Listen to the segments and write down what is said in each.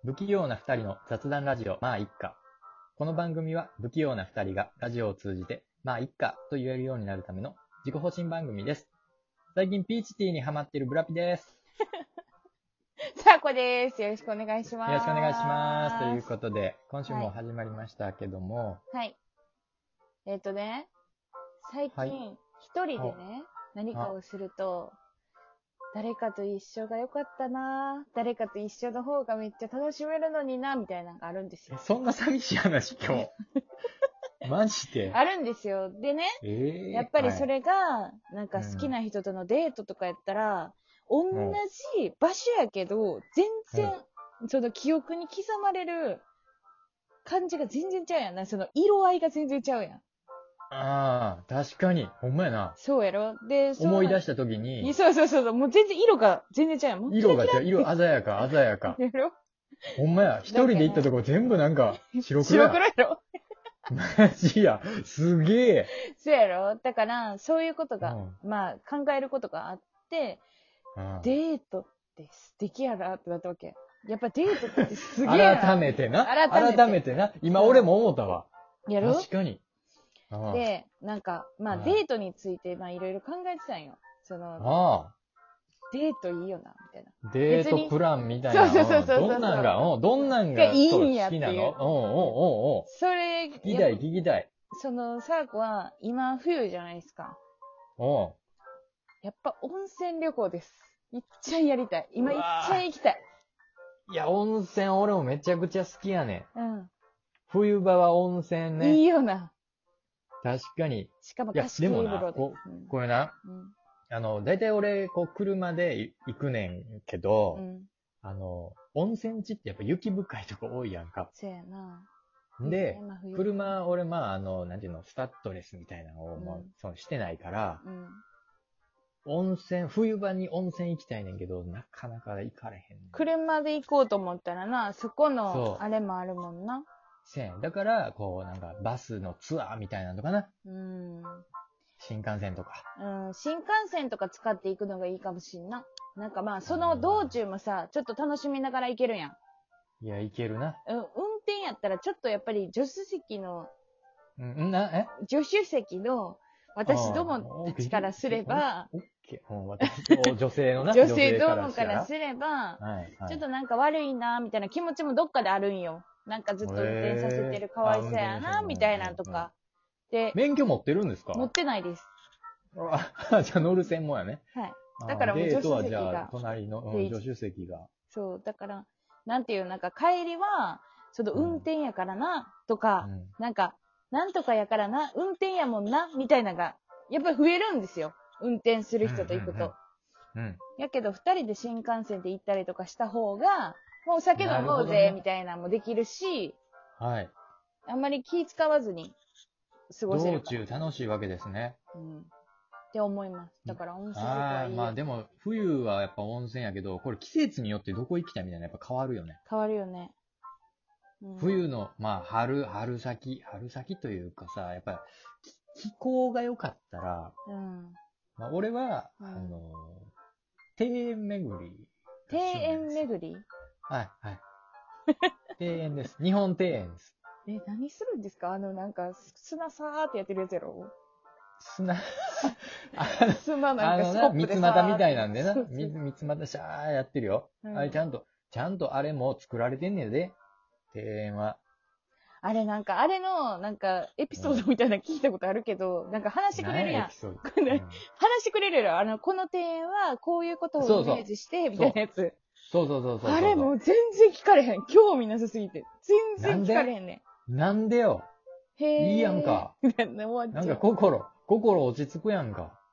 不器用な二人の雑談ラジオ、まあいっか。この番組は不器用な二人がラジオを通じて、まあいっかと言えるようになるための自己保身番組です。最近ピーチティーにハマっているブラピです。 さあこです。よろしくお願いします。 よろしくお願いします。ということで、今週も始まりましたけども。 はい。最はい近、一人でね、何かをすると、誰かと一緒が良かったな、誰かと一緒の方がめっちゃ楽しめるのにな、みたいなのがあるんですよ。 そんな寂しい話今日。マジであるんですよ。でね、やっぱりそれが、なんか好きな人とのデートとかやったら、同じ場所やけど、全然、その記憶に刻まれる感じが全然ちゃうやんな。その色合いが全然ちゃうやん。 ああ、確かに。ほんまやな。 そうやろで、 思い出したときに。 そう。もう全然色が全然ちゃうやん。もう色が違う。色鮮やか、鮮やか。 やろほんまや。一人で行ったとこ全部なんか白黒や。 白黒やろマジや。すげえ。 そうやろだから、そういうことが、まあ、考えることがあって、デートって素敵やなってなったわけ。やっぱデートってすげえな。 改めてな。今俺も思ったわ。 やろ確かに。 で、なんか、まあ、デートについて、まあ、いろいろ考えてたんよ。デートいいよな、みたいな。 デートプランみたいな。 そう。 どんなんがいいんや好きなの？ それ、 聞きたい。 サーコは、今冬じゃないですか。やっぱ温泉旅行です。いっちゃんやりたい。今いっちゃん行きたい。 いや、温泉俺もめちゃくちゃ好きやね。 冬場は温泉ね。 いいよな。 確かに。 しかも貸し切り風呂で。 これな。だいたい俺、車で行くねんけど、温泉地ってやっぱ雪深いとこ多いやんか。 そうやな。 で、車、俺なんていうの、スタッドレスみたいなのをもう、してないから、冬場に温泉行きたいねんけど、なかなか行かれへん。 車で行こうと思ったらな、そこの、あれもあるもんな。 だから、なんか、バスのツアーみたいなのかな。新幹線とか。 新幹線とか使っていくのがいいかもしんな。なんかまあ、その道中もさ、ちょっと楽しみながら行けるやん。 いや、行けるな。 運転やったら、ちょっとやっぱり助手席の私どもたちからすれば、 女性のな。 女性どもからすれば、ちょっとなんか悪いな、みたいな気持ちもどっかであるんよ。なんかずっと運転させてるかわいそうやな、みたいなとか。 で、免許持ってるんですか？ 持ってないです。 じゃあ乗る専門やね。 はい。だからもう助手席が。 隣の助手席が。 そう、だから、なんていう、なんか帰りは、その運転やからな、とか、なんか、なんとかやからな、運転やもんな、みたいなのが、やっぱり増えるんですよ。運転する人と行くと。やけど、二人で新幹線で行ったりとかした方が、もうお酒飲もうぜ、みたいなのもできるし、 はい。 あんまり気使わずに過ごせる。 道中楽しいわけですね。 って思います。だから温泉旅行はいい。 まあでも、冬はやっぱ温泉やけど、これ季節によってどこ行きたいみたいなやっぱ変わるよね。 変わるよね。 冬の、まあ春先というかさ、やっぱ気候が良かったら、まあ、俺は、庭園巡り。 庭園巡り？ はい。庭園です。日本庭園です。 何するんですか？なんか、砂さーってやってるやつやろ？砂なんかスコップで三つ股みたいなんでな。三つ股シャーやってるよ。あれちゃんとあれも作られてんねんで。庭園は。 あれなんかエピソードみたいなの聞いたことあるけど、なんか話してくれるやん。話してくれるやろ。この庭園はこういうことをイメージして、みたいなやつ。 そう。 あれもう全然聞かれへん。興味なさすぎて。全然聞かれへんねん。なんでよ。いいやんか。なんか心落ち着くやんか。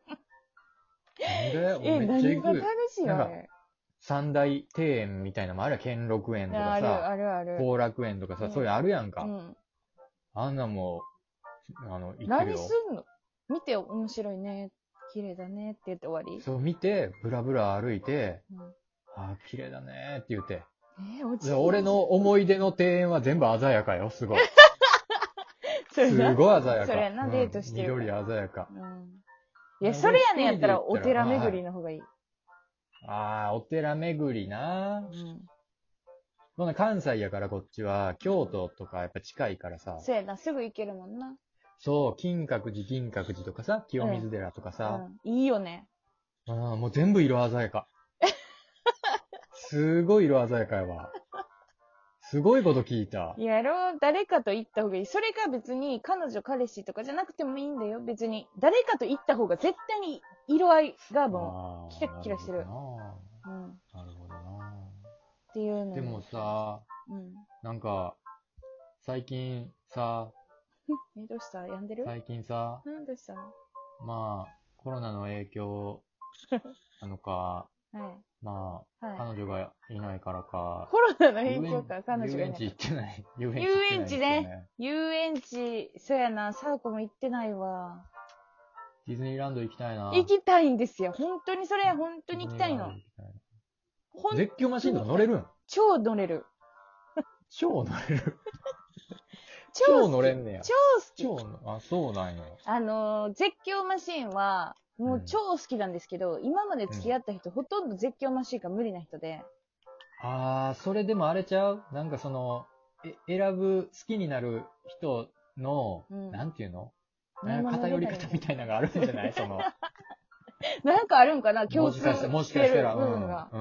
なんでめっちゃ行く。 何が楽しいよね。 三大庭園みたいなのもあるやん。兼六園とかさ。 ある。 後楽園とかさ、そういうのあるやんか。あんなも行ってるよ。 何すんの？見て面白いね。綺麗だねって言って終わり？ そう、見て、ブラブラ歩いて、綺麗だねって言って。俺の思い出の庭園は全部鮮やかよ、すごい。すごい鮮やか。 それな、デートしてる。 緑鮮やか。 いや、それやねんやったらお寺巡りの方がいい。 お寺巡りな。 そんな関西やからこっちは、京都とかやっぱ近いからさ。 そうやな、すぐ行けるもんな。 そう、金閣寺とかさ、清水寺とかさ。 いいよね。 もう全部色鮮やか。すごい色鮮やかやわ。すごいこと聞いた。 やろう、誰かと行った方がいい。それが別に彼女、彼氏とかじゃなくてもいいんだよ。別に。誰かと行った方が絶対に色合いがもう、キラッキラしてる。 なるほどな。 っていうの。 でもさ、なんか、最近さ、 どうした？病んでる？ 最近さ、 どうした？ まあ、コロナの影響なのか、まあ、彼女がいないからか。 コロナの影響か、彼女がいない。 遊園地行ってない。 遊園地ね。遊園地、そうやな、サーコも行ってないわ。 ディズニーランド行きたいな。 行きたいんですよ。本当にそれ、本当に行きたいの。 絶叫マシンとか乗れるん？ 超乗れる。 超乗れる。超乗れんねや。 超好き。 あ、そうなんよ。 絶叫マシンは、もう超好きなんですけど、今まで付き合った人、ほとんど絶叫マシンが無理な人で。 それでもあれちゃう？なんか選ぶ、好きになる人の、なんていうの？偏り方みたいなのがあるんじゃない？ なんかあるんかな？ もしかしたら、 部分が。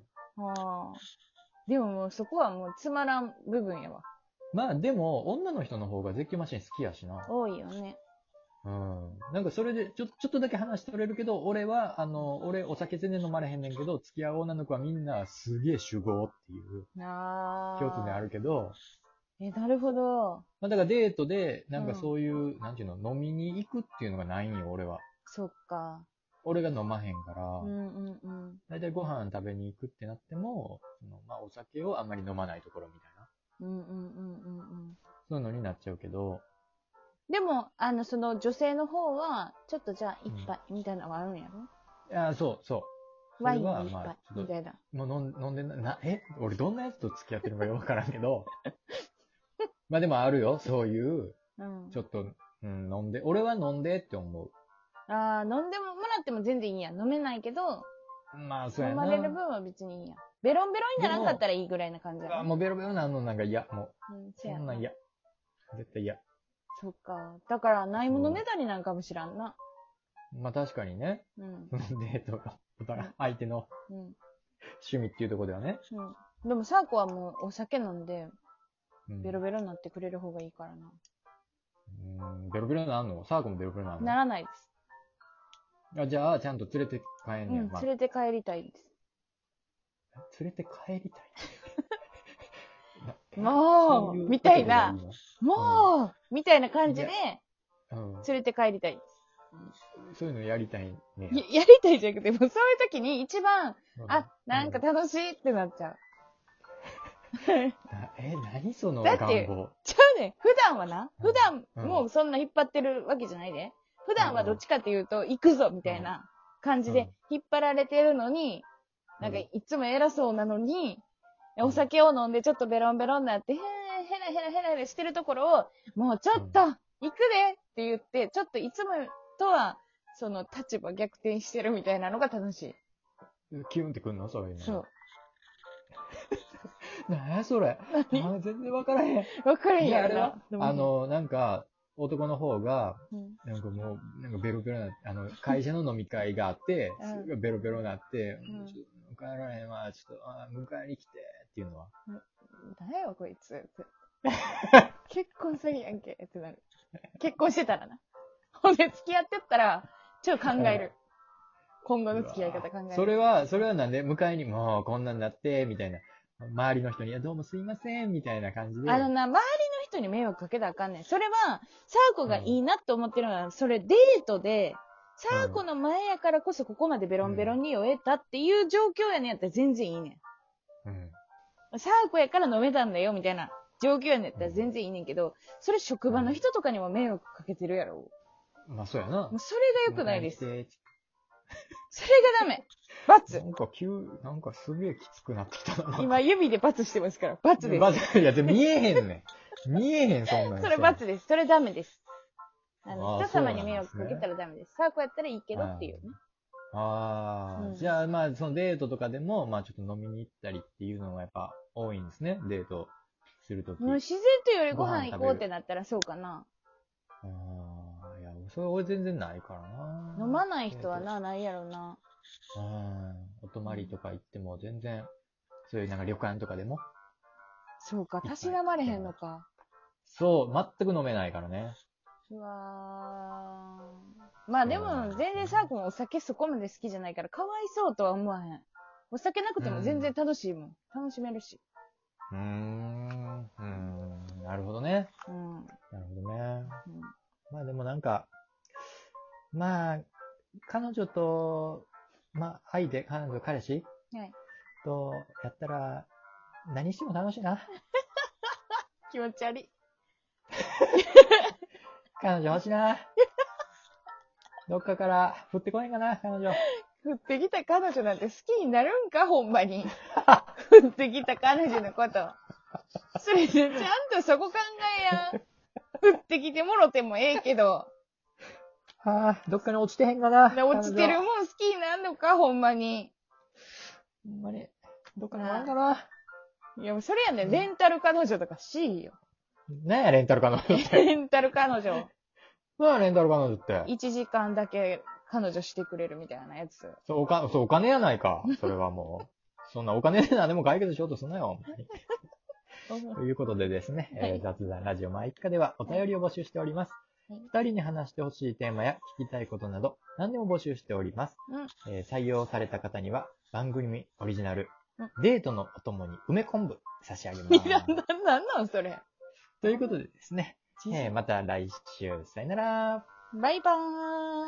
でももうそこはもうつまらん部分やわ。 まあでも、女の人の方が絶叫マシン好きやしな。 多いよね。 なんかそれで、ちょっとだけ話取れるけど、俺は、俺お酒全然飲まれへんねんけど、付き合う女の子はみんなすげえ酒豪っていう共通点あるけど、 なるほど。 まあだからデートで、なんかそういう、なんていうの、飲みに行くっていうのがないんよ、俺は。 そっか。 俺が飲まへんから、だいたいご飯食べに行くってなっても、まあお酒をあんまり飲まないところみたいな。そういうのになっちゃうけど、 でも、その女性の方は、ちょっとじゃあ一杯みたいなのはあるんやろ？ そう。 ワイン一杯みたいな。 もう飲んで俺どんなやつと付き合ってるのかよくわからんけど、まあでもあるよ、そういう、ちょっと、俺は飲んでって思う。 飲んでももらっても全然いいや。飲めないけど、 まあそうやな。 飲まれる分は別にいいや。ベロンベロンにならんかったらいいぐらいな感じや。 もうベロベロなのなんか嫌、もう。そんなん嫌。絶対嫌。 そっか。だから、ないものねだりなんかもしらんな。 まあ確かにね。デートが、相手の趣味っていうところではね。 でも、サーコはもうお酒飲んで、ベロベロになってくれる方がいいからな。 ベロベロになるの？サーコもベロベロになるの？ ならないです。 じゃあ、ちゃんと連れて帰んねん。連れて帰りたいです。 連れて帰りたいもう、みたいな。もう、みたいな感じで、連れて帰りたいです。 そういうのやりたいね。 やりたいじゃなくて、もうそういう時に一番、なんか楽しいってなっちゃう。 何その願望。だって、 ちゃうねん。普段もうそんな引っ張ってるわけじゃないで。普段はどっちかっていうと、行くぞみたいな感じで引っ張られてるのに、なんかいつも偉そうなのに、お酒を飲んでちょっとベロンベロンになって、ヘラヘラしてるところを、もうちょっと、行くでって言って、ちょっといつもとは、その立場逆転してるみたいなのが楽しい。 キュンってくんの？そういうの。 そう。 なやそれ。全然わからへん。 わからへんやろな。なんか、男の方が、なんかもう、なんかベロベロな、会社の飲み会があって、すごいベロベロになって、帰らへんわ、ちょっと、迎えに来て、っていうのは。 誰よ、こいつ。結婚詐欺やんけ、ってなる。結婚してたらな。ほんで、付き合ってったら、ちょっと考える。今後の付き合い方考える。 それはなんで、迎えにもう、こんなんなって、みたいな。周りの人に、どうもすいません、みたいな感じで。 周りの人に迷惑かけたらあかんねん。それは、サーコがいいなって思ってるのは、それデートで、サーコの前やからこそここまでベロンベロンに酔えたっていう状況やねんやったら全然いいねん。サーコやから飲めたんだよ、みたいな状況やねんやったら全然いいねんけど、それ職場の人とかにも迷惑かけてるやろ。 まあそうやな。 それが良くないです。それがダメ。罰。 なんかすげえきつくなってきたな。 今指で罰してますから。罰です。 いや、見えへんねん。見えへん、そんなん。 それ罰です。それダメです。人様に迷惑かけたらダメです。サーコやったらいいけどっていうね。 じゃあまあそのデートとかでも、まあちょっと飲みに行ったりっていうのがやっぱ多いんですね、デートするとき。 もう自然とよりご飯行こうってなったらそうかな。 いや、それ俺全然ないからな。 飲まない人はないやろな。 お泊まりとか行っても全然、そういうなんか旅館とかでも。 そうか、たしなまれへんのか。 そう、全く飲めないからね。 うわー。まあでも、全然さーくんお酒そこまで好きじゃないから、かわいそうとは思わへん。お酒なくても全然楽しいもん。楽しめるし。 なるほどね。なるほどね。まあでもなんか、まあ、彼女と、まあ、彼女、彼氏とやったら、何しても楽しいな。 気持ち悪い。 彼女欲しいな。どっかから降ってこないかな、彼女。 降ってきた彼女なんて好きになるんか、ほんまに。降ってきた彼女のこと。それでちゃんとそこ考えやん。降ってきてもろてもええけど。 どっかに落ちてへんかな。 落ちてるもん好きになるのか、ほんまに。 ほんまに。どっかにおらんかな。 いや、それやねん。レンタル彼女とかしいよ。 何や、レンタル彼女って。 レンタル彼女。 何や、レンタル彼女って。 1時間だけ彼女してくれるみたいなやつ。 そう、お金やないか。それはもう。そんなお金で何でも解決しようとすんなよ。ということでですね、雑談ラジオマイカではお便りを募集しております。二人に話してほしいテーマや聞きたいことなど何でも募集しております。採用された方には番組オリジナル、デートのお供に梅昆布差し上げます。 なんなんそれ。 ということでですね、また来週、さよなら。 バイバーイ。